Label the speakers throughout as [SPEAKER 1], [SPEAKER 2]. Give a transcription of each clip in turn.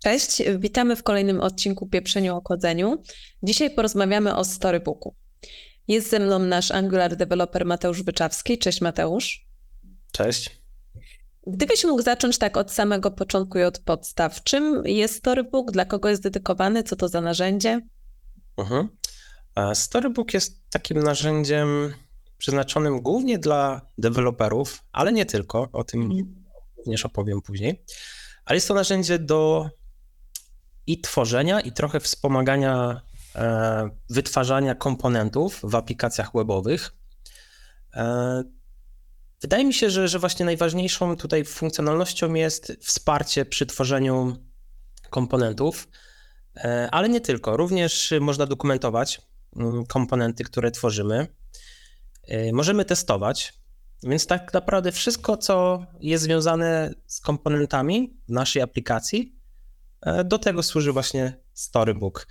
[SPEAKER 1] Cześć, witamy w kolejnym odcinku Pieprzeniu o kodzeniu. Dzisiaj porozmawiamy o Storybooku. Jest ze mną nasz Angular developer Mateusz Wyczawski. Cześć Mateusz.
[SPEAKER 2] Cześć.
[SPEAKER 1] Gdybyś mógł zacząć tak od samego początku i od podstaw. Czym jest Storybook? Dla kogo jest dedykowany? Co to za narzędzie?
[SPEAKER 2] Storybook jest takim narzędziem przeznaczonym głównie dla deweloperów, ale nie tylko, o tym również opowiem później. Ale jest to narzędzie do tworzenia i trochę wspomagania wytwarzania komponentów w aplikacjach webowych. Wydaje mi się, że właśnie najważniejszą tutaj funkcjonalnością jest wsparcie przy tworzeniu komponentów, ale nie tylko. Również można dokumentować komponenty, które tworzymy. Możemy testować, więc tak naprawdę wszystko, co jest związane z komponentami w naszej aplikacji, do tego służy właśnie Storybook.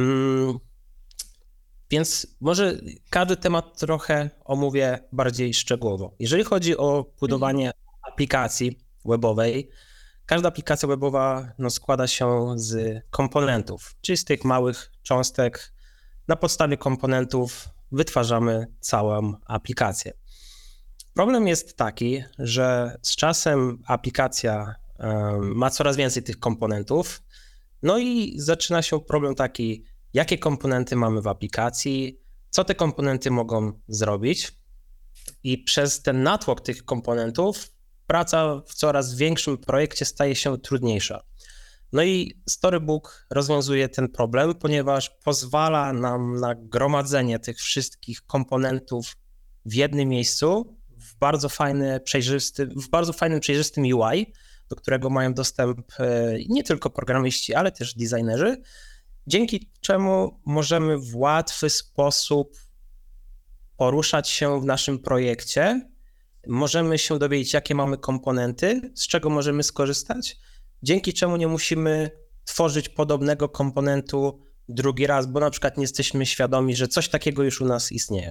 [SPEAKER 2] Więc może każdy temat trochę omówię bardziej szczegółowo. Jeżeli chodzi o budowanie aplikacji webowej, każda aplikacja webowa składa się z komponentów, czyli z tych małych cząstek. Na podstawie komponentów wytwarzamy całą aplikację. Problem jest taki, że z czasem aplikacja ma coraz więcej tych komponentów, no i zaczyna się problem taki, jakie komponenty mamy w aplikacji, co te komponenty mogą zrobić i przez ten natłok tych komponentów praca w coraz większym projekcie staje się trudniejsza. No i Storybook rozwiązuje ten problem, ponieważ pozwala nam na gromadzenie tych wszystkich komponentów w jednym miejscu, w bardzo fajnym, przejrzystym UI, do którego mają dostęp nie tylko programiści, ale też designerzy, dzięki czemu możemy w łatwy sposób poruszać się w naszym projekcie, możemy się dowiedzieć, jakie mamy komponenty, z czego możemy skorzystać, dzięki czemu nie musimy tworzyć podobnego komponentu drugi raz, bo na przykład nie jesteśmy świadomi, że coś takiego już u nas istnieje.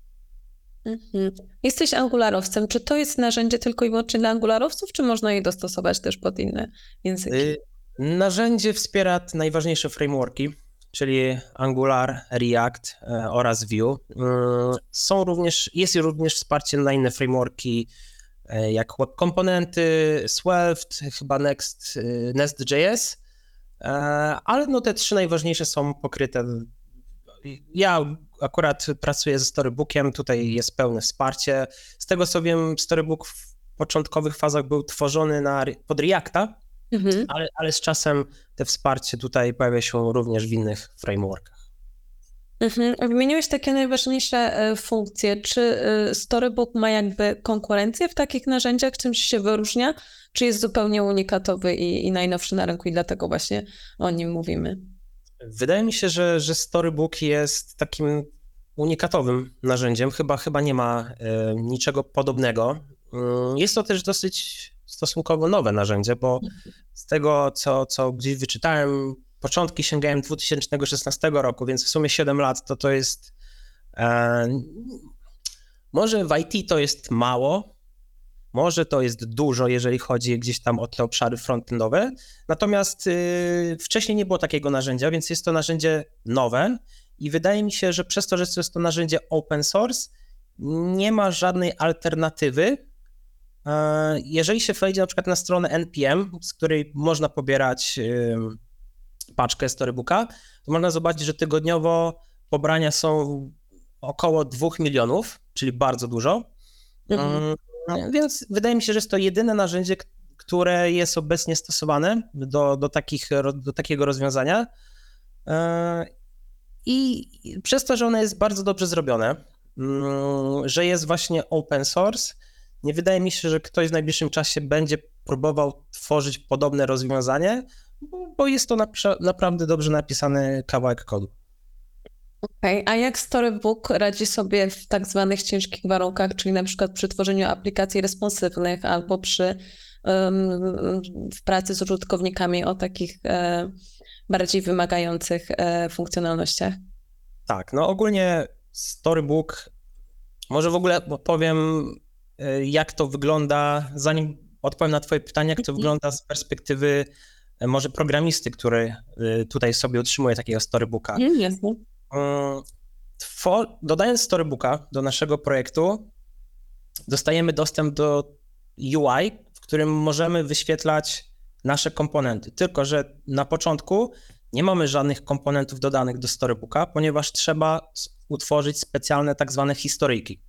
[SPEAKER 1] Jesteś angularowcem. Czy to jest narzędzie tylko i wyłącznie dla angularowców, czy można je dostosować też pod inne języki?
[SPEAKER 2] Narzędzie wspiera najważniejsze frameworki, czyli Angular, React oraz Vue. Jest również wsparcie na inne frameworki, jak web komponenty, Svelte, chyba Next.js, ale te trzy najważniejsze są pokryte. Ja akurat pracuję ze Storybookiem, tutaj jest pełne wsparcie. Z tego co wiem, Storybook w początkowych fazach był tworzony pod Reacta, ale z czasem te wsparcie tutaj pojawia się również w innych frameworkach.
[SPEAKER 1] Wymieniłeś takie najważniejsze funkcje. Czy Storybook ma jakby konkurencję w takich narzędziach? Czymś się wyróżnia? Czy jest zupełnie unikatowy i najnowszy na rynku i dlatego właśnie o nim mówimy?
[SPEAKER 2] Wydaje mi się, że Storybook jest takim unikatowym narzędziem. Chyba nie ma niczego podobnego. Jest to też dosyć stosunkowo nowe narzędzie, bo z tego, co gdzieś wyczytałem, początki sięgają 2016 roku, więc w sumie 7 lat to jest... Może w IT to jest mało, może to jest dużo, jeżeli chodzi gdzieś tam o te obszary frontendowe, natomiast wcześniej nie było takiego narzędzia, więc jest to narzędzie nowe i wydaje mi się, że przez to, że jest to narzędzie open source, nie ma żadnej alternatywy. Jeżeli się wejdzie na przykład na stronę NPM, z której można pobierać paczkę Storybooka, to można zobaczyć, że tygodniowo pobrania są około 2 milionów, czyli bardzo dużo. Więc wydaje mi się, że jest to jedyne narzędzie, które jest obecnie stosowane do takiego rozwiązania i przez to, że ono jest bardzo dobrze zrobione, że jest właśnie open source, nie wydaje mi się, że ktoś w najbliższym czasie będzie próbował tworzyć podobne rozwiązanie, bo jest to naprawdę dobrze napisany kawałek kodu.
[SPEAKER 1] Okej, a jak Storybook radzi sobie w tak zwanych ciężkich warunkach, czyli na przykład przy tworzeniu aplikacji responsywnych albo w pracy z użytkownikami o takich bardziej wymagających funkcjonalnościach?
[SPEAKER 2] Tak, ogólnie Storybook, może w ogóle powiem, jak to wygląda, zanim odpowiem na twoje pytanie, jak to wygląda z perspektywy może programisty, który tutaj sobie utrzymuje takiego storybooka.
[SPEAKER 1] Jasne.
[SPEAKER 2] Dodając storybooka do naszego projektu, dostajemy dostęp do UI, w którym możemy wyświetlać nasze komponenty. Tylko że na początku nie mamy żadnych komponentów dodanych do storybooka, ponieważ trzeba utworzyć specjalne tak zwane historyjki.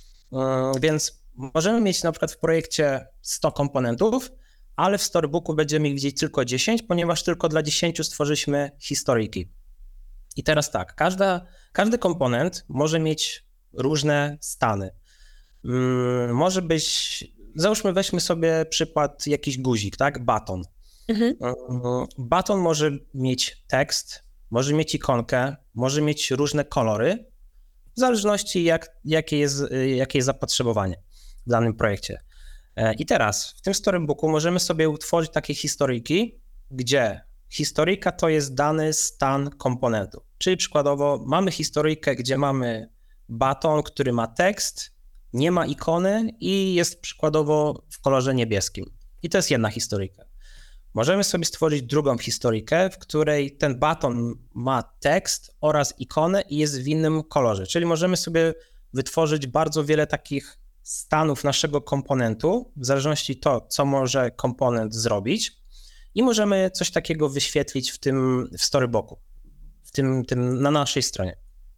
[SPEAKER 2] Więc możemy mieć na przykład w projekcie 100 komponentów, ale w storybooku będziemy ich widzieć tylko 10, ponieważ tylko dla 10 stworzyliśmy historyjki. I teraz tak, każdy komponent może mieć różne stany. Może być, załóżmy, weźmy sobie przykład jakiś guzik, tak? Baton. Baton może mieć tekst, może mieć ikonkę, może mieć różne kolory, w zależności jakie jest zapotrzebowanie w danym projekcie. I teraz w tym storybooku możemy sobie utworzyć takie historyjki, gdzie historyjka to jest dany stan komponentu. Czyli przykładowo mamy historyjkę, gdzie mamy baton, który ma tekst, nie ma ikony i jest przykładowo w kolorze niebieskim. I to jest jedna historyjka. Możemy sobie stworzyć drugą historyjkę, w której ten baton ma tekst oraz ikonę i jest w innym kolorze. Czyli możemy sobie wytworzyć bardzo wiele takich stanów naszego komponentu, w zależności to, co może komponent zrobić, i możemy coś takiego wyświetlić w storybooku, na naszej stronie.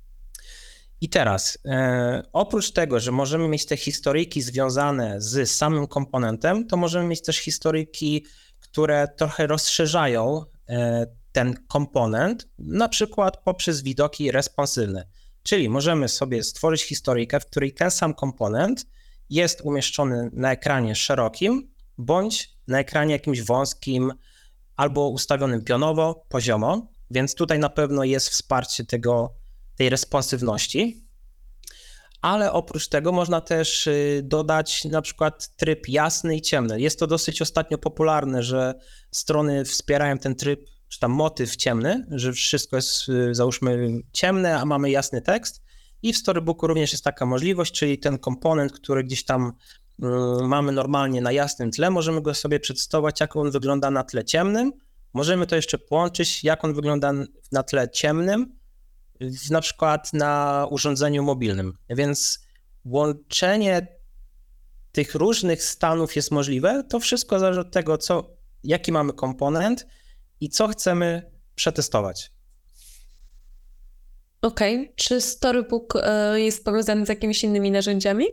[SPEAKER 2] I teraz, oprócz tego, że możemy mieć te historyjki związane z samym komponentem, to możemy mieć też historyjki, które trochę rozszerzają ten komponent, na przykład poprzez widoki responsywne. Czyli możemy sobie stworzyć historyjkę, w której ten sam komponent jest umieszczony na ekranie szerokim, bądź na ekranie jakimś wąskim, albo ustawionym pionowo, poziomo, więc tutaj na pewno jest wsparcie tej responsywności. Ale oprócz tego można też dodać na przykład tryb jasny i ciemny. Jest to dosyć ostatnio popularne, że strony wspierają ten tryb, czy tam motyw ciemny, że wszystko jest, załóżmy, ciemne, a mamy jasny tekst. I w storybooku również jest taka możliwość, czyli ten komponent, który gdzieś tam mamy normalnie na jasnym tle, możemy go sobie przedstawiać, jak on wygląda na tle ciemnym. Możemy to jeszcze połączyć, jak on wygląda na tle ciemnym, na przykład na urządzeniu mobilnym. Więc łączenie tych różnych stanów jest możliwe. To wszystko zależy od tego, jaki mamy komponent i co chcemy przetestować.
[SPEAKER 1] Okej. Czy Storybook jest powiązany z jakimiś innymi narzędziami?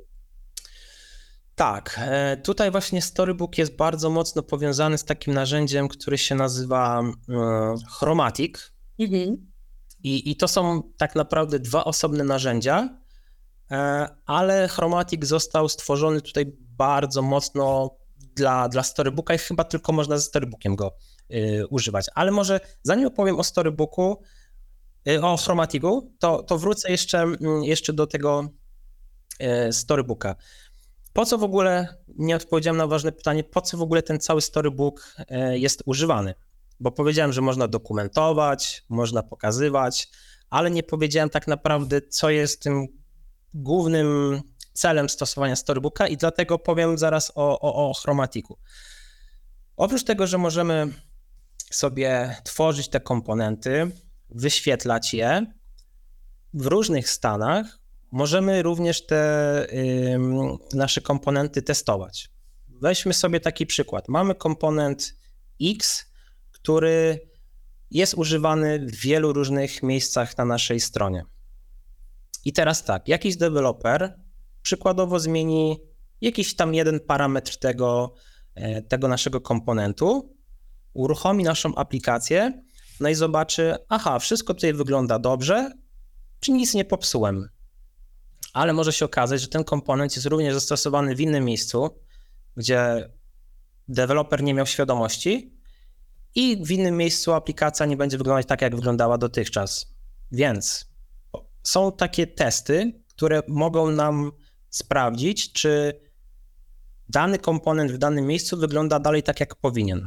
[SPEAKER 2] Tak, tutaj właśnie Storybook jest bardzo mocno powiązany z takim narzędziem, które się nazywa Chromatic. I to są tak naprawdę dwa osobne narzędzia, ale Chromatic został stworzony tutaj bardzo mocno dla Storybooka i chyba tylko można ze Storybookiem go używać. Ale może zanim opowiem o Storybooku, o Chromaticu, to wrócę jeszcze do tego Storybooka. Po co w ogóle, nie odpowiedziałem na ważne pytanie, po co w ogóle ten cały Storybook jest używany? Bo powiedziałem, że można dokumentować, można pokazywać, ale nie powiedziałem tak naprawdę, co jest tym głównym celem stosowania Storybooka i dlatego powiem zaraz o Chromaticu. Oprócz tego, że możemy sobie tworzyć te komponenty, wyświetlać je w różnych stanach, możemy również te nasze komponenty testować. Weźmy sobie taki przykład. Mamy komponent X, który jest używany w wielu różnych miejscach na naszej stronie. I teraz tak, jakiś deweloper przykładowo zmieni jakiś tam jeden parametr tego naszego komponentu, uruchomi naszą aplikację, no i zobaczy, aha, wszystko tutaj wygląda dobrze, czy nic nie popsułem. Ale może się okazać, że ten komponent jest również zastosowany w innym miejscu, gdzie deweloper nie miał świadomości i w innym miejscu aplikacja nie będzie wyglądać tak, jak wyglądała dotychczas. Więc są takie testy, które mogą nam sprawdzić, czy dany komponent w danym miejscu wygląda dalej tak, jak powinien.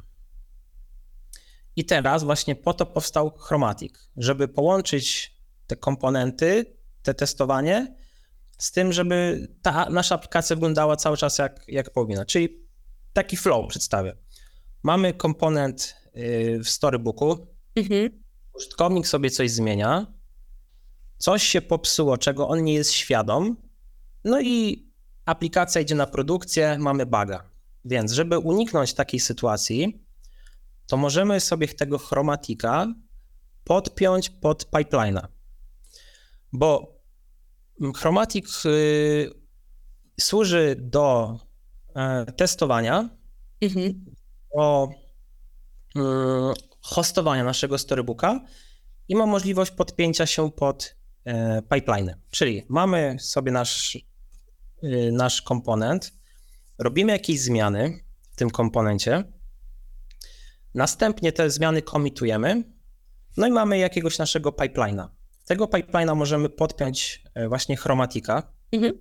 [SPEAKER 2] I teraz właśnie po to powstał Chromatic, żeby połączyć te komponenty, te testowanie z tym, żeby ta nasza aplikacja wyglądała cały czas jak powinna. Czyli taki flow przedstawię. Mamy komponent w storybooku, użytkownik sobie coś zmienia, coś się popsuło, czego on nie jest świadom, no i aplikacja idzie na produkcję, mamy buga. Więc żeby uniknąć takiej sytuacji, to możemy sobie tego Chromatica podpiąć pod pipeline'a, bo Chromatic służy do testowania, do hostowania naszego storybooka i ma możliwość podpięcia się pod pipeline. Czyli mamy sobie nasz komponent, robimy jakieś zmiany w tym komponencie, następnie te zmiany committujemy, no i mamy jakiegoś naszego pipeline'a. Tego pipeline'a możemy podpiąć właśnie Chromatica,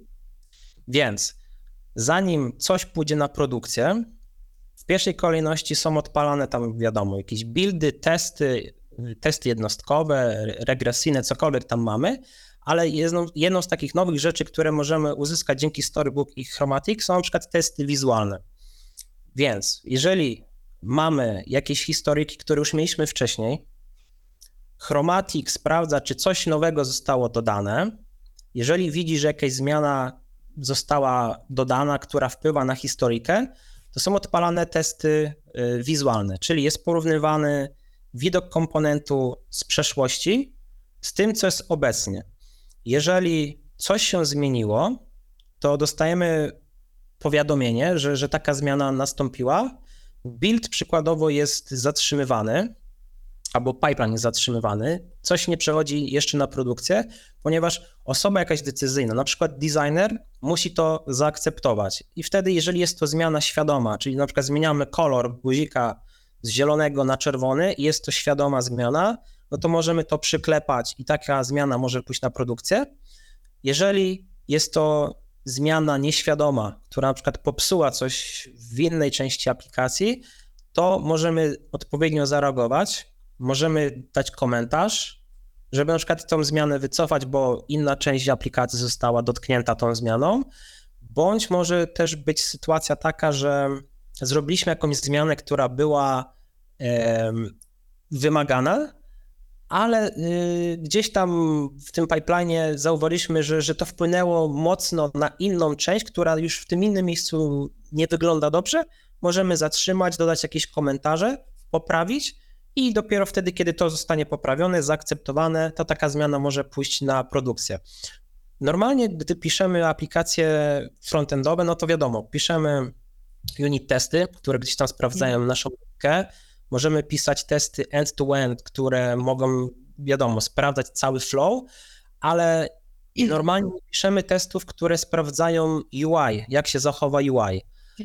[SPEAKER 2] więc zanim coś pójdzie na produkcję, w pierwszej kolejności są odpalane tam, wiadomo, jakieś buildy, testy jednostkowe, regresyjne, cokolwiek tam mamy, ale jedną z takich nowych rzeczy, które możemy uzyskać dzięki Storybook i Chromatic, są na przykład testy wizualne. Więc jeżeli mamy jakieś historyki, które już mieliśmy wcześniej, Chromatic sprawdza, czy coś nowego zostało dodane. Jeżeli widzi, że jakaś zmiana została dodana, która wpływa na historykę, to są odpalane testy wizualne, czyli jest porównywany widok komponentu z przeszłości z tym, co jest obecnie. Jeżeli coś się zmieniło, to dostajemy powiadomienie, że taka zmiana nastąpiła. Build przykładowo jest zatrzymywany, albo pipeline jest zatrzymywany, coś nie przechodzi jeszcze na produkcję, ponieważ osoba jakaś decyzyjna, na przykład designer, musi to zaakceptować. I wtedy, jeżeli jest to zmiana świadoma, czyli na przykład zmieniamy kolor guzika z zielonego na czerwony i jest to świadoma zmiana, no to możemy to przyklepać i taka zmiana może pójść na produkcję. Jeżeli jest to zmiana nieświadoma, która na przykład popsuła coś w innej części aplikacji, to możemy odpowiednio zareagować, możemy dać komentarz, żeby na przykład tą zmianę wycofać, bo inna część aplikacji została dotknięta tą zmianą, bądź może też być sytuacja taka, że zrobiliśmy jakąś zmianę, która była wymagana, ale gdzieś tam w tym pipeline'ie zauważyliśmy, że to wpłynęło mocno na inną część, która już w tym innym miejscu nie wygląda dobrze. Możemy zatrzymać, dodać jakieś komentarze, poprawić i dopiero wtedy, kiedy to zostanie poprawione, zaakceptowane, to taka zmiana może pójść na produkcję. Normalnie, gdy piszemy aplikacje frontendowe, no to wiadomo, piszemy unit testy, które gdzieś tam sprawdzają naszą logikę. Możemy pisać testy end-to-end, które mogą, wiadomo, sprawdzać cały flow, ale normalnie nie piszemy testów, które sprawdzają UI, jak się zachowa UI.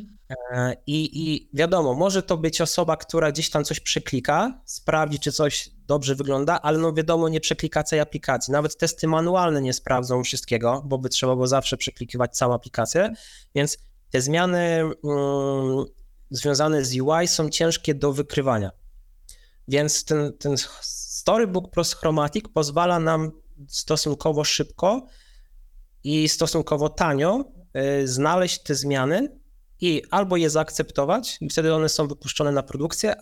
[SPEAKER 2] I wiadomo, może to być osoba, która gdzieś tam coś przeklika, sprawdzi, czy coś dobrze wygląda, ale no wiadomo, nie przeklika całej aplikacji. Nawet testy manualne nie sprawdzą wszystkiego, bo by trzeba było zawsze przeklikiwać całą aplikację, więc te zmiany związane z UI są ciężkie do wykrywania. Więc ten Storybook plus Chromatic pozwala nam stosunkowo szybko i stosunkowo tanio znaleźć te zmiany i albo je zaakceptować i wtedy one są wypuszczone na produkcję,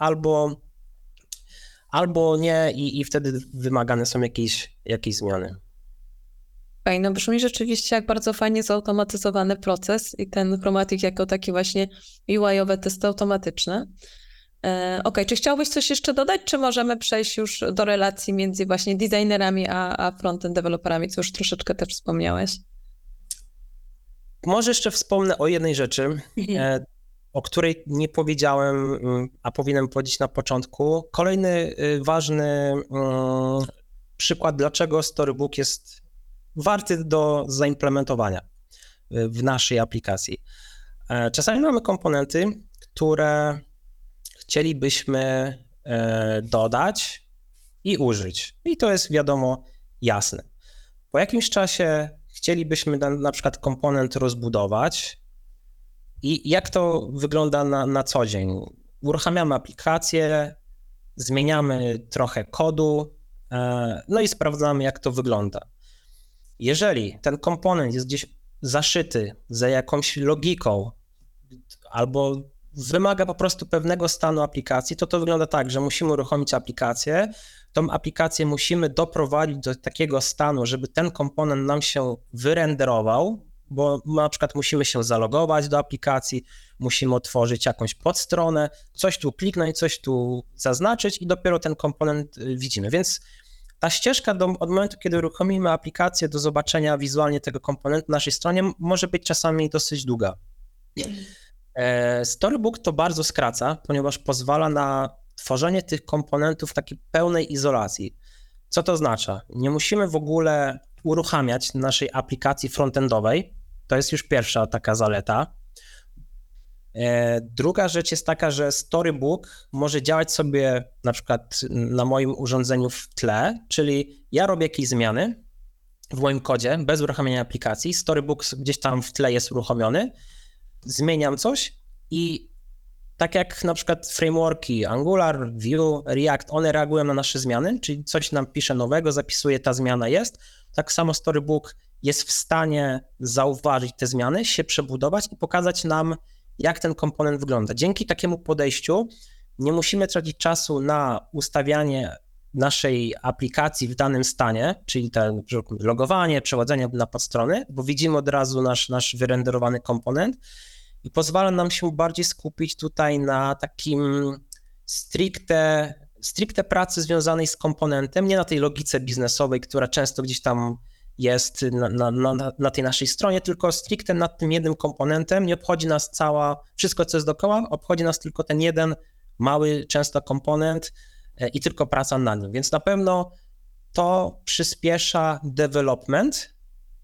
[SPEAKER 2] albo nie i wtedy wymagane są jakieś zmiany.
[SPEAKER 1] No brzmi rzeczywiście jak bardzo fajnie zautomatyzowany proces i ten Chromatic jako takie właśnie UI-owe testy automatyczne. Okej, czy chciałbyś coś jeszcze dodać, czy możemy przejść już do relacji między właśnie designerami a front-end deweloperami, co już troszeczkę też wspomniałeś?
[SPEAKER 2] Może jeszcze wspomnę o jednej rzeczy, o której nie powiedziałem, a powinienem powiedzieć na początku. Kolejny ważny przykład, dlaczego Storybook jest warty do zaimplementowania w naszej aplikacji. Czasami mamy komponenty, które chcielibyśmy dodać i użyć. I to jest, wiadomo, jasne. Po jakimś czasie chcielibyśmy na przykład komponent rozbudować i jak to wygląda na co dzień? Uruchamiamy aplikację, zmieniamy trochę kodu, no i sprawdzamy, jak to wygląda. Jeżeli ten komponent jest gdzieś zaszyty za jakąś logiką albo wymaga po prostu pewnego stanu aplikacji, to wygląda tak, że musimy uruchomić aplikację, tą aplikację musimy doprowadzić do takiego stanu, żeby ten komponent nam się wyrenderował, bo na przykład musimy się zalogować do aplikacji, musimy otworzyć jakąś podstronę, coś tu kliknąć, coś tu zaznaczyć i dopiero ten komponent widzimy. Więc ta ścieżka od momentu, kiedy uruchomimy aplikację do zobaczenia wizualnie tego komponentu na naszej stronie może być czasami dosyć długa. Storybook to bardzo skraca, ponieważ pozwala na tworzenie tych komponentów w takiej pełnej izolacji. Co to oznacza? Nie musimy w ogóle uruchamiać naszej aplikacji frontendowej. To jest już pierwsza taka zaleta. Druga rzecz jest taka, że Storybook może działać sobie na przykład na moim urządzeniu w tle, czyli ja robię jakieś zmiany w moim kodzie bez uruchamiania aplikacji. Storybook gdzieś tam w tle jest uruchomiony, zmieniam coś i tak jak na przykład frameworki Angular, Vue, React, one reagują na nasze zmiany, czyli coś nam pisze nowego, zapisuje, ta zmiana jest. Tak samo Storybook jest w stanie zauważyć te zmiany, się przebudować i pokazać nam, jak ten komponent wygląda. Dzięki takiemu podejściu nie musimy tracić czasu na ustawianie naszej aplikacji w danym stanie, czyli logowanie, przechodzenie na podstrony, bo widzimy od razu nasz wyrenderowany komponent i pozwala nam się bardziej skupić tutaj na takim stricte pracy związanej z komponentem, nie na tej logice biznesowej, która często gdzieś tam jest na tej naszej stronie, tylko stricte nad tym jednym komponentem. Nie obchodzi nas wszystko, co jest dookoła, obchodzi nas tylko ten jeden mały, często komponent i tylko praca nad nim. Więc na pewno to przyspiesza development,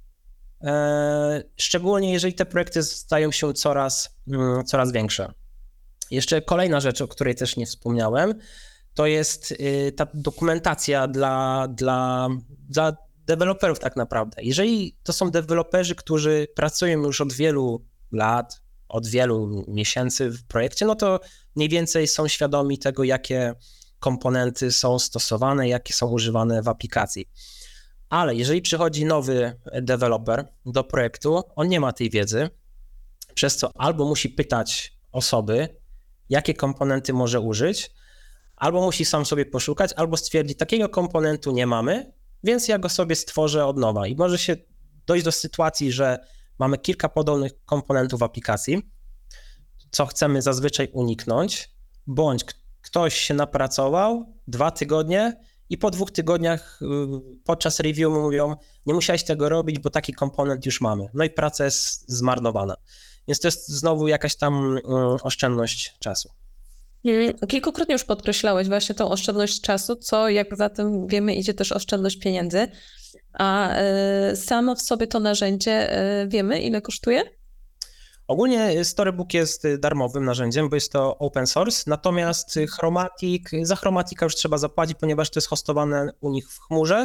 [SPEAKER 2] szczególnie jeżeli te projekty stają się coraz większe. Jeszcze kolejna rzecz, o której też nie wspomniałem, to jest ta dokumentacja dla deweloperów tak naprawdę. Jeżeli to są deweloperzy, którzy pracują już od wielu lat, od wielu miesięcy w projekcie, no to mniej więcej są świadomi tego, jakie komponenty są stosowane, jakie są używane w aplikacji. Ale jeżeli przychodzi nowy deweloper do projektu, on nie ma tej wiedzy, przez co albo musi pytać osoby, jakie komponenty może użyć, albo musi sam sobie poszukać, albo stwierdzić, takiego komponentu nie mamy, więc ja go sobie stworzę od nowa. I może się dojść do sytuacji, że mamy kilka podobnych komponentów w aplikacji, co chcemy zazwyczaj uniknąć, bądź ktoś się napracował 2 tygodnie i po 2 tygodniach podczas review mówią, nie musiałeś tego robić, bo taki komponent już mamy. No i praca jest zmarnowana. Więc to jest znowu jakaś tam oszczędność czasu.
[SPEAKER 1] Kilkukrotnie już podkreślałeś właśnie tą oszczędność czasu, co jak za tym wiemy idzie też oszczędność pieniędzy, a samo w sobie to narzędzie wiemy ile kosztuje?
[SPEAKER 2] Ogólnie Storybook jest darmowym narzędziem, bo jest to open source, natomiast za Chromatica już trzeba zapłacić, ponieważ to jest hostowane u nich w chmurze,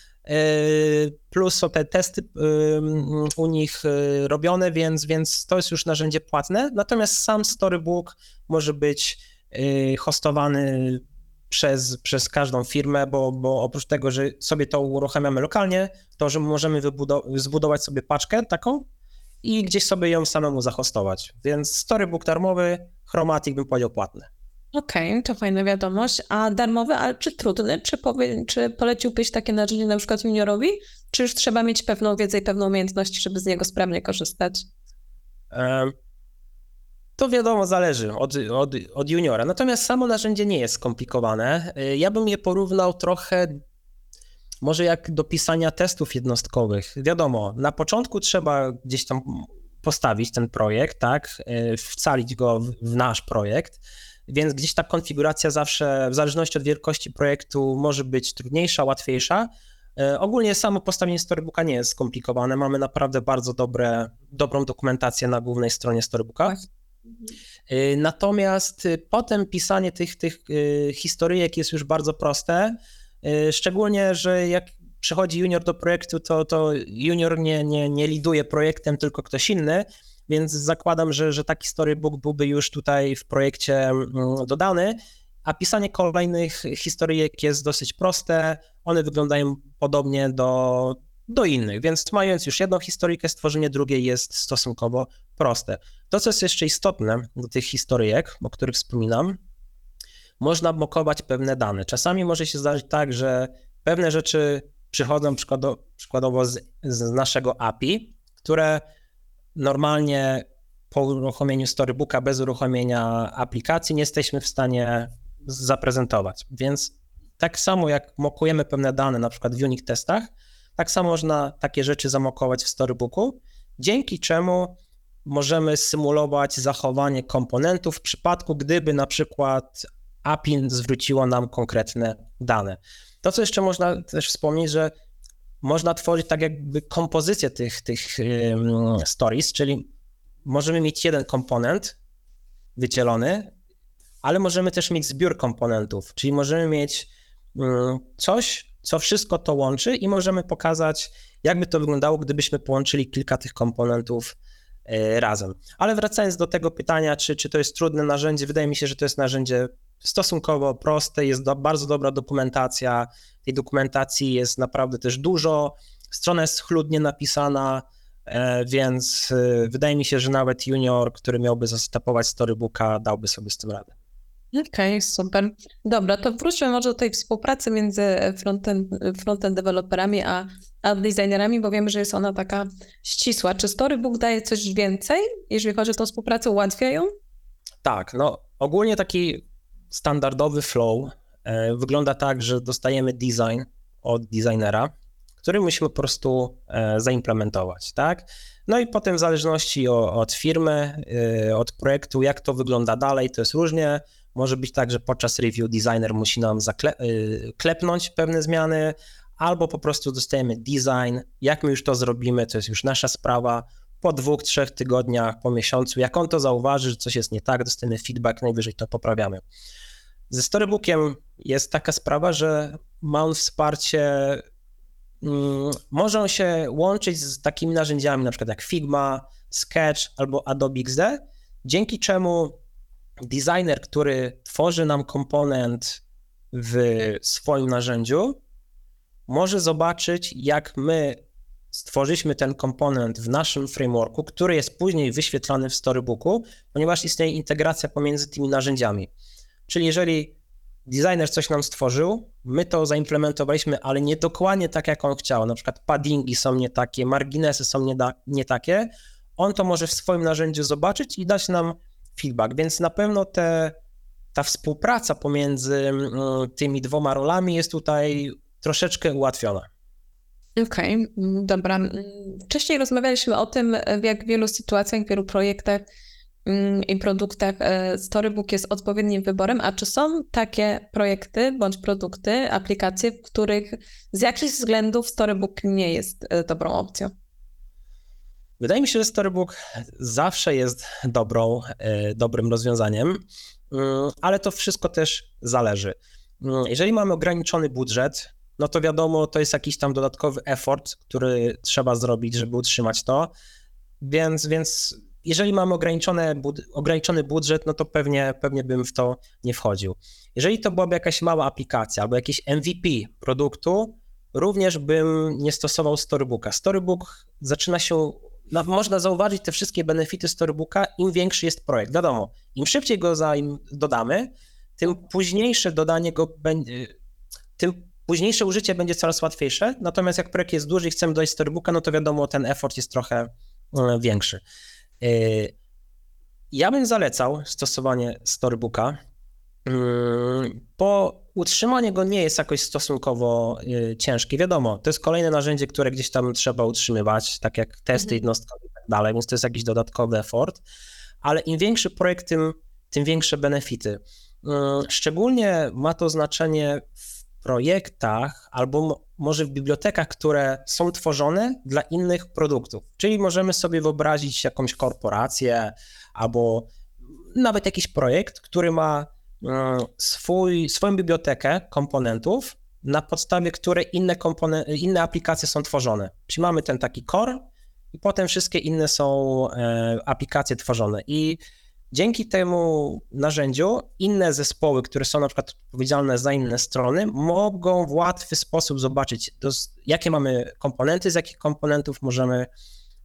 [SPEAKER 2] plus są te testy u nich robione, więc to jest już narzędzie płatne, natomiast sam Storybook może być hostowany przez każdą firmę, bo oprócz tego, że sobie to uruchamiamy lokalnie, to że możemy zbudować sobie paczkę taką i gdzieś sobie ją samemu zahostować. Więc Storybook darmowy, Chromatic bym powiedział płatny.
[SPEAKER 1] Okej, to fajna wiadomość. A darmowy, ale czy trudny? Czy poleciłbyś takie narzędzie na przykład juniorowi? Czy już trzeba mieć pewną wiedzę i pewną umiejętność, żeby z niego sprawnie korzystać?
[SPEAKER 2] To wiadomo, zależy od juniora. Natomiast samo narzędzie nie jest skomplikowane. Ja bym je porównał trochę może jak do pisania testów jednostkowych. Wiadomo, na początku trzeba gdzieś tam postawić ten projekt, tak, wcalić go w nasz projekt, więc gdzieś ta konfiguracja zawsze, w zależności od wielkości projektu, może być trudniejsza, łatwiejsza. Ogólnie samo postawienie Storybooka nie jest skomplikowane. Mamy naprawdę bardzo dobrą dokumentację na głównej stronie Storybooka. Natomiast potem pisanie tych historyjek jest już bardzo proste, szczególnie, że jak przychodzi junior do projektu, to junior nie liduje projektem, tylko ktoś inny, więc zakładam, że taki storybook byłby już tutaj w projekcie dodany, a pisanie kolejnych historyjek jest dosyć proste, one wyglądają podobnie do innych, więc mając już jedną historyjkę, stworzenie drugiej jest stosunkowo proste. To, co jest jeszcze istotne do tych historyjek, o których wspominam, można mokować pewne dane. Czasami może się zdarzyć tak, że pewne rzeczy przychodzą przykładowo z naszego API, które normalnie po uruchomieniu Storybooka bez uruchomienia aplikacji nie jesteśmy w stanie zaprezentować. Więc tak samo jak mokujemy pewne dane, na przykład w unit testach, tak samo można takie rzeczy zamokować w Storybooku, dzięki czemu możemy symulować zachowanie komponentów w przypadku, gdyby na przykład API zwróciło nam konkretne dane. To, co jeszcze można też wspomnieć, że można tworzyć tak jakby kompozycję tych stories, czyli możemy mieć jeden komponent wydzielony, ale możemy też mieć zbiór komponentów, czyli możemy mieć coś, co wszystko to łączy i możemy pokazać, jakby to wyglądało, gdybyśmy połączyli kilka tych komponentów razem. Ale wracając do tego pytania, czy to jest trudne narzędzie, wydaje mi się, że to jest narzędzie stosunkowo proste, jest bardzo dobra dokumentacja, tej dokumentacji jest naprawdę też dużo, strona jest schludnie napisana, więc wydaje mi się, że nawet junior, który miałby zastępować Storybooka, dałby sobie z tym radę.
[SPEAKER 1] Okej, super. Dobra, to wróćmy może do tej współpracy między frontend deweloperami a designerami, bo wiemy, że jest ona taka ścisła. Czy Storybook daje coś więcej, jeżeli chodzi o tę współpracę, ułatwia ją?
[SPEAKER 2] Tak, no ogólnie taki standardowy flow wygląda tak, że dostajemy design od designera, który musimy po prostu zaimplementować, tak? No i potem w zależności od firmy, od projektu, jak to wygląda dalej, to jest różnie. Może być tak, że podczas review designer musi nam klepnąć pewne zmiany, albo po prostu dostajemy design. Jak my już to zrobimy, to jest już nasza sprawa. Po 2-3 tygodniach, po miesiącu, jak on to zauważy, że coś jest nie tak, dostajemy feedback, najwyżej to poprawiamy. Ze Storybookiem jest taka sprawa, że ma on wsparcie, może on się łączyć z takimi narzędziami, na przykład jak Figma, Sketch albo Adobe XD, dzięki czemu designer, który tworzy nam komponent w swoim narzędziu, może zobaczyć, jak my stworzyliśmy ten komponent w naszym frameworku, który jest później wyświetlany w Storybooku, ponieważ istnieje integracja pomiędzy tymi narzędziami. Czyli jeżeli designer coś nam stworzył, my to zaimplementowaliśmy, ale nie dokładnie tak, jak on chciał, na przykład paddingi są nie takie, marginesy są nie takie, on to może w swoim narzędziu zobaczyć i dać nam feedback, więc na pewno ta współpraca pomiędzy tymi dwoma rolami jest tutaj troszeczkę ułatwiona.
[SPEAKER 1] Okej, dobra. Wcześniej rozmawialiśmy o tym, w jak wielu sytuacjach, w wielu projektach i produktach Storybook jest odpowiednim wyborem, a czy są takie projekty bądź produkty, aplikacje, w których z jakichś względów Storybook nie jest dobrą opcją?
[SPEAKER 2] Wydaje mi się, że Storybook zawsze jest dobrym rozwiązaniem, ale to wszystko też zależy. Jeżeli mamy ograniczony budżet, no to wiadomo, to jest jakiś tam dodatkowy effort, który trzeba zrobić, żeby utrzymać to, więc jeżeli mamy ograniczony budżet, no to pewnie bym w to nie wchodził. Jeżeli to byłaby jakaś mała aplikacja albo jakiś MVP produktu, również bym nie stosował Storybooka. Storybook zaczyna się, można zauważyć te wszystkie benefity Storybooka, im większy jest projekt. Wiadomo, im szybciej go dodamy, tym późniejsze dodanie go będzie, tym późniejsze użycie będzie coraz łatwiejsze, natomiast jak projekt jest duży i chcemy dodać Storybooka, no to wiadomo, ten effort jest trochę większy. Ja bym zalecał stosowanie Storybooka, bo utrzymanie go nie jest jakoś stosunkowo ciężkie. Wiadomo, to jest kolejne narzędzie, które gdzieś tam trzeba utrzymywać, tak jak testy jednostkowe i tak dalej, więc to jest jakiś dodatkowy effort, ale im większy projekt, tym większe benefity. Szczególnie ma to znaczenie w projektach albo może w bibliotekach, które są tworzone dla innych produktów. Czyli możemy sobie wyobrazić jakąś korporację albo nawet jakiś projekt, który ma swoją bibliotekę komponentów, na podstawie której inne aplikacje są tworzone. Czyli mamy ten taki core i potem wszystkie inne są aplikacje tworzone. I dzięki temu narzędziu inne zespoły, które są na przykład odpowiedzialne za inne strony, mogą w łatwy sposób zobaczyć, jakie mamy komponenty, z jakich komponentów możemy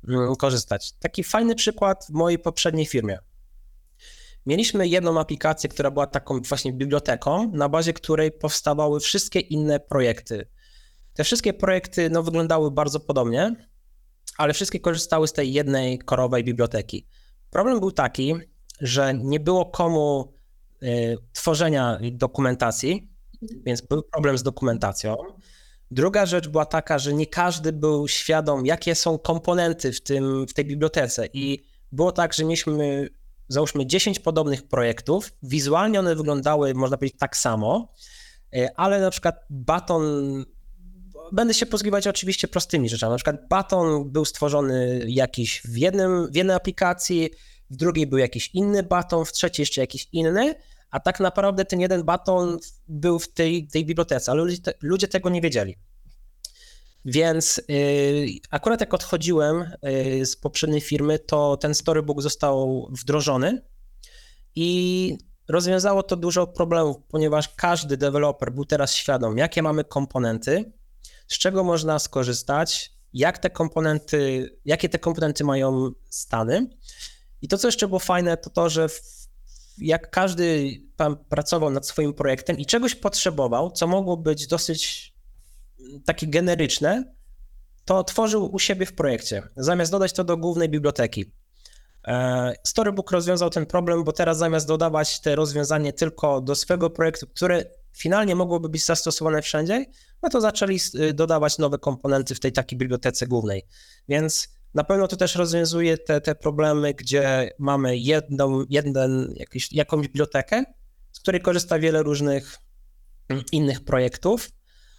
[SPEAKER 2] korzystać. Taki fajny przykład w mojej poprzedniej firmie. Mieliśmy jedną aplikację, która była taką właśnie biblioteką, na bazie której powstawały wszystkie inne projekty. Te wszystkie projekty wyglądały bardzo podobnie, ale wszystkie korzystały z tej jednej korowej biblioteki. Problem był taki, że nie było komu tworzenia dokumentacji, więc był problem z dokumentacją. Druga rzecz była taka, że nie każdy był świadom, jakie są komponenty w tej bibliotece i było tak, że mieliśmy załóżmy 10 podobnych projektów, wizualnie one wyglądały, można powiedzieć, tak samo, ale na przykład baton, będę się posługiwać oczywiście prostymi rzeczami, na przykład baton był stworzony jakiś w jednej aplikacji, w drugiej był jakiś inny baton, w trzeciej jeszcze jakiś inny, a tak naprawdę ten jeden baton był w tej bibliotece, ale ludzie tego nie wiedzieli. Więc akurat jak odchodziłem z poprzedniej firmy, to ten storybook został wdrożony i rozwiązało to dużo problemów, ponieważ każdy deweloper był teraz świadom, jakie mamy komponenty, z czego można skorzystać, jakie te komponenty mają stany. I to, co jeszcze było fajne, to to, że jak każdy pan pracował nad swoim projektem i czegoś potrzebował, co mogło być dosyć takie generyczne, to tworzył u siebie w projekcie, zamiast dodać to do głównej biblioteki. Storybook rozwiązał ten problem, bo teraz zamiast dodawać te rozwiązanie tylko do swojego projektu, które finalnie mogłoby być zastosowane wszędzie, no to zaczęli dodawać nowe komponenty w tej takiej bibliotece głównej. Więc na pewno to też rozwiązuje te problemy, gdzie mamy jakąś bibliotekę, z której korzysta wiele różnych innych projektów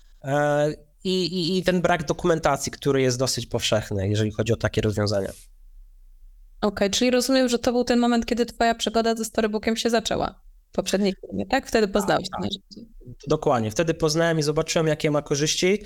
[SPEAKER 2] i ten brak dokumentacji, który jest dosyć powszechny, jeżeli chodzi o takie rozwiązania.
[SPEAKER 1] Okej, czyli rozumiem, że to był ten moment, kiedy twoja przygoda ze storybookiem się zaczęła w poprzedniej firmie, tak? Wtedy poznałeś to narzędzie.
[SPEAKER 2] Dokładnie, wtedy poznałem i zobaczyłem, jakie ma korzyści.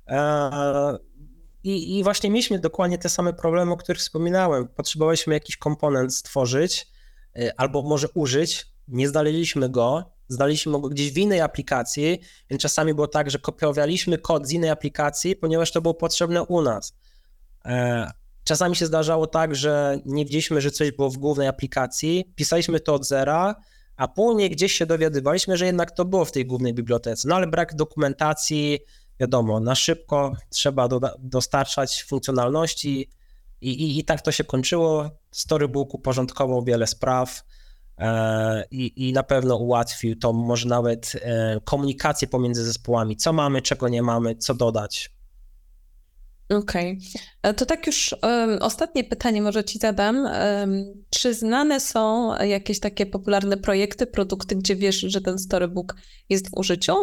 [SPEAKER 2] I właśnie mieliśmy dokładnie te same problemy, o których wspominałem. Potrzebowaliśmy jakiś komponent stworzyć albo może użyć, nie znaleźliśmy go, znaleźliśmy go gdzieś w innej aplikacji, więc czasami było tak, że kopiowaliśmy kod z innej aplikacji, ponieważ to było potrzebne u nas. Czasami się zdarzało tak, że nie wiedzieliśmy, że coś było w głównej aplikacji, pisaliśmy to od zera, a później gdzieś się dowiadywaliśmy, że jednak to było w tej głównej bibliotece. No ale brak dokumentacji, wiadomo, na szybko trzeba dostarczać funkcjonalności i tak to się kończyło. Storybook uporządkował wiele spraw i na pewno ułatwił to może nawet komunikację pomiędzy zespołami, co mamy, czego nie mamy, co dodać.
[SPEAKER 1] Okej. To tak już ostatnie pytanie może ci zadam. Czy znane są jakieś takie popularne projekty, produkty, gdzie wiesz, że ten storybook jest w użyciu?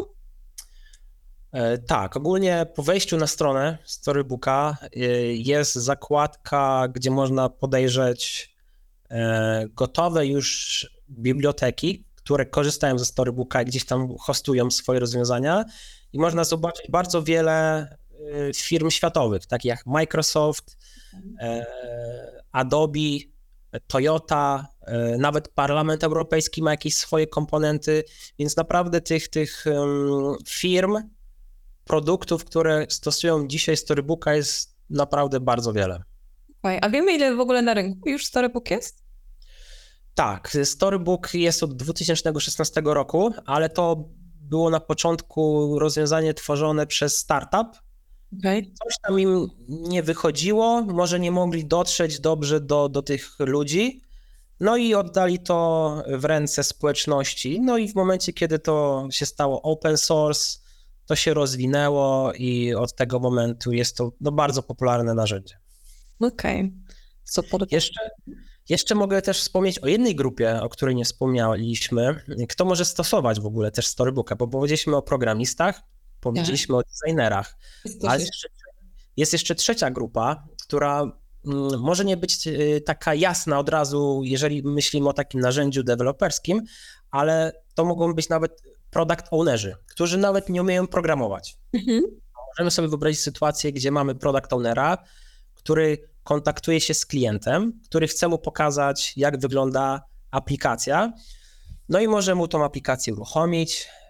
[SPEAKER 2] Tak, ogólnie po wejściu na stronę Storybooka jest zakładka, gdzie można podejrzeć gotowe już biblioteki, które korzystają ze Storybooka i gdzieś tam hostują swoje rozwiązania i można zobaczyć bardzo wiele firm światowych, takich jak Microsoft, Adobe, Toyota, nawet Parlament Europejski ma jakieś swoje komponenty, więc naprawdę tych firm, produktów, które stosują dzisiaj Storybooka jest naprawdę bardzo wiele.
[SPEAKER 1] A wiemy, ile w ogóle na rynku już storybook jest?
[SPEAKER 2] Tak, Storybook jest od 2016 roku, ale to było na początku rozwiązanie tworzone przez startup.
[SPEAKER 1] Okay.
[SPEAKER 2] Coś tam im nie wychodziło, może nie mogli dotrzeć dobrze do tych ludzi, no i oddali to w ręce społeczności. No i w momencie, kiedy to się stało open source, to się rozwinęło i od tego momentu jest to bardzo popularne narzędzie.
[SPEAKER 1] Okej, super.
[SPEAKER 2] Jeszcze mogę też wspomnieć o jednej grupie, o której nie wspomnieliśmy. Kto może stosować w ogóle też Storybooka, bo powiedzieliśmy o programistach, powiedzieliśmy o designerach, ale jest jeszcze trzecia grupa, która może nie być taka jasna od razu, jeżeli myślimy o takim narzędziu deweloperskim, ale to mogą być nawet product ownerzy, którzy nawet nie umieją programować. Możemy sobie wyobrazić sytuację, gdzie mamy product ownera, który kontaktuje się z klientem, który chce mu pokazać, jak wygląda aplikacja, no i może mu tą aplikację uruchomić,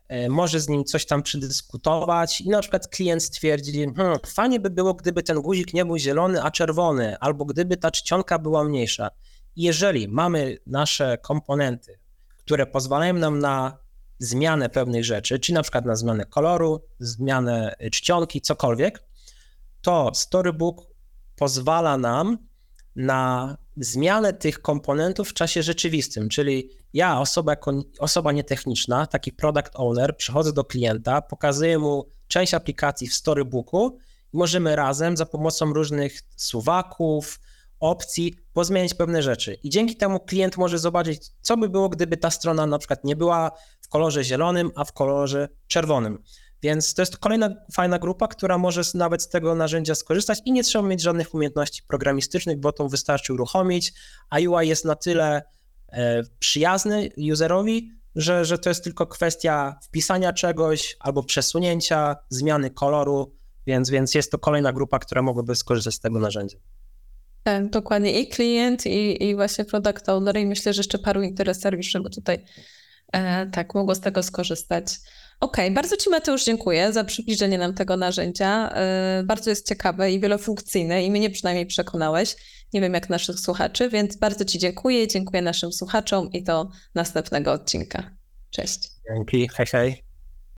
[SPEAKER 2] może z nim coś tam przedyskutować i na przykład klient stwierdzi, fajnie by było, gdyby ten guzik nie był zielony, a czerwony, albo gdyby ta czcionka była mniejsza. Jeżeli mamy nasze komponenty, które pozwalają nam na zmianę pewnych rzeczy, czy na przykład na zmianę koloru, zmianę czcionki, cokolwiek, to Storybook pozwala nam na zmianę tych komponentów w czasie rzeczywistym, czyli ja, osoba nietechniczna, taki product owner, przychodzę do klienta, pokazuję mu część aplikacji w Storybooku i możemy razem za pomocą różnych suwaków, opcji pozmieniać pewne rzeczy. I dzięki temu klient może zobaczyć, co by było, gdyby ta strona na przykład nie była w kolorze zielonym, a w kolorze czerwonym. Więc to jest kolejna fajna grupa, która może nawet z tego narzędzia skorzystać i nie trzeba mieć żadnych umiejętności programistycznych, bo to wystarczy uruchomić, a UI jest na tyle przyjazny userowi, że to jest tylko kwestia wpisania czegoś albo przesunięcia, zmiany koloru, więc jest to kolejna grupa, która mogłaby skorzystać z tego narzędzia.
[SPEAKER 1] Tak, dokładnie. I klient, i właśnie product owner, i myślę, że jeszcze paru interesariuszy, bo tutaj tak mogło z tego skorzystać. Okej, bardzo Ci, Mateusz, dziękuję za przybliżenie nam tego narzędzia. Bardzo jest ciekawe i wielofunkcyjne i mnie przynajmniej przekonałeś. Nie wiem jak naszych słuchaczy, więc bardzo Ci dziękuję naszym słuchaczom i do następnego odcinka. Cześć.
[SPEAKER 2] Dzięki, hej, hej.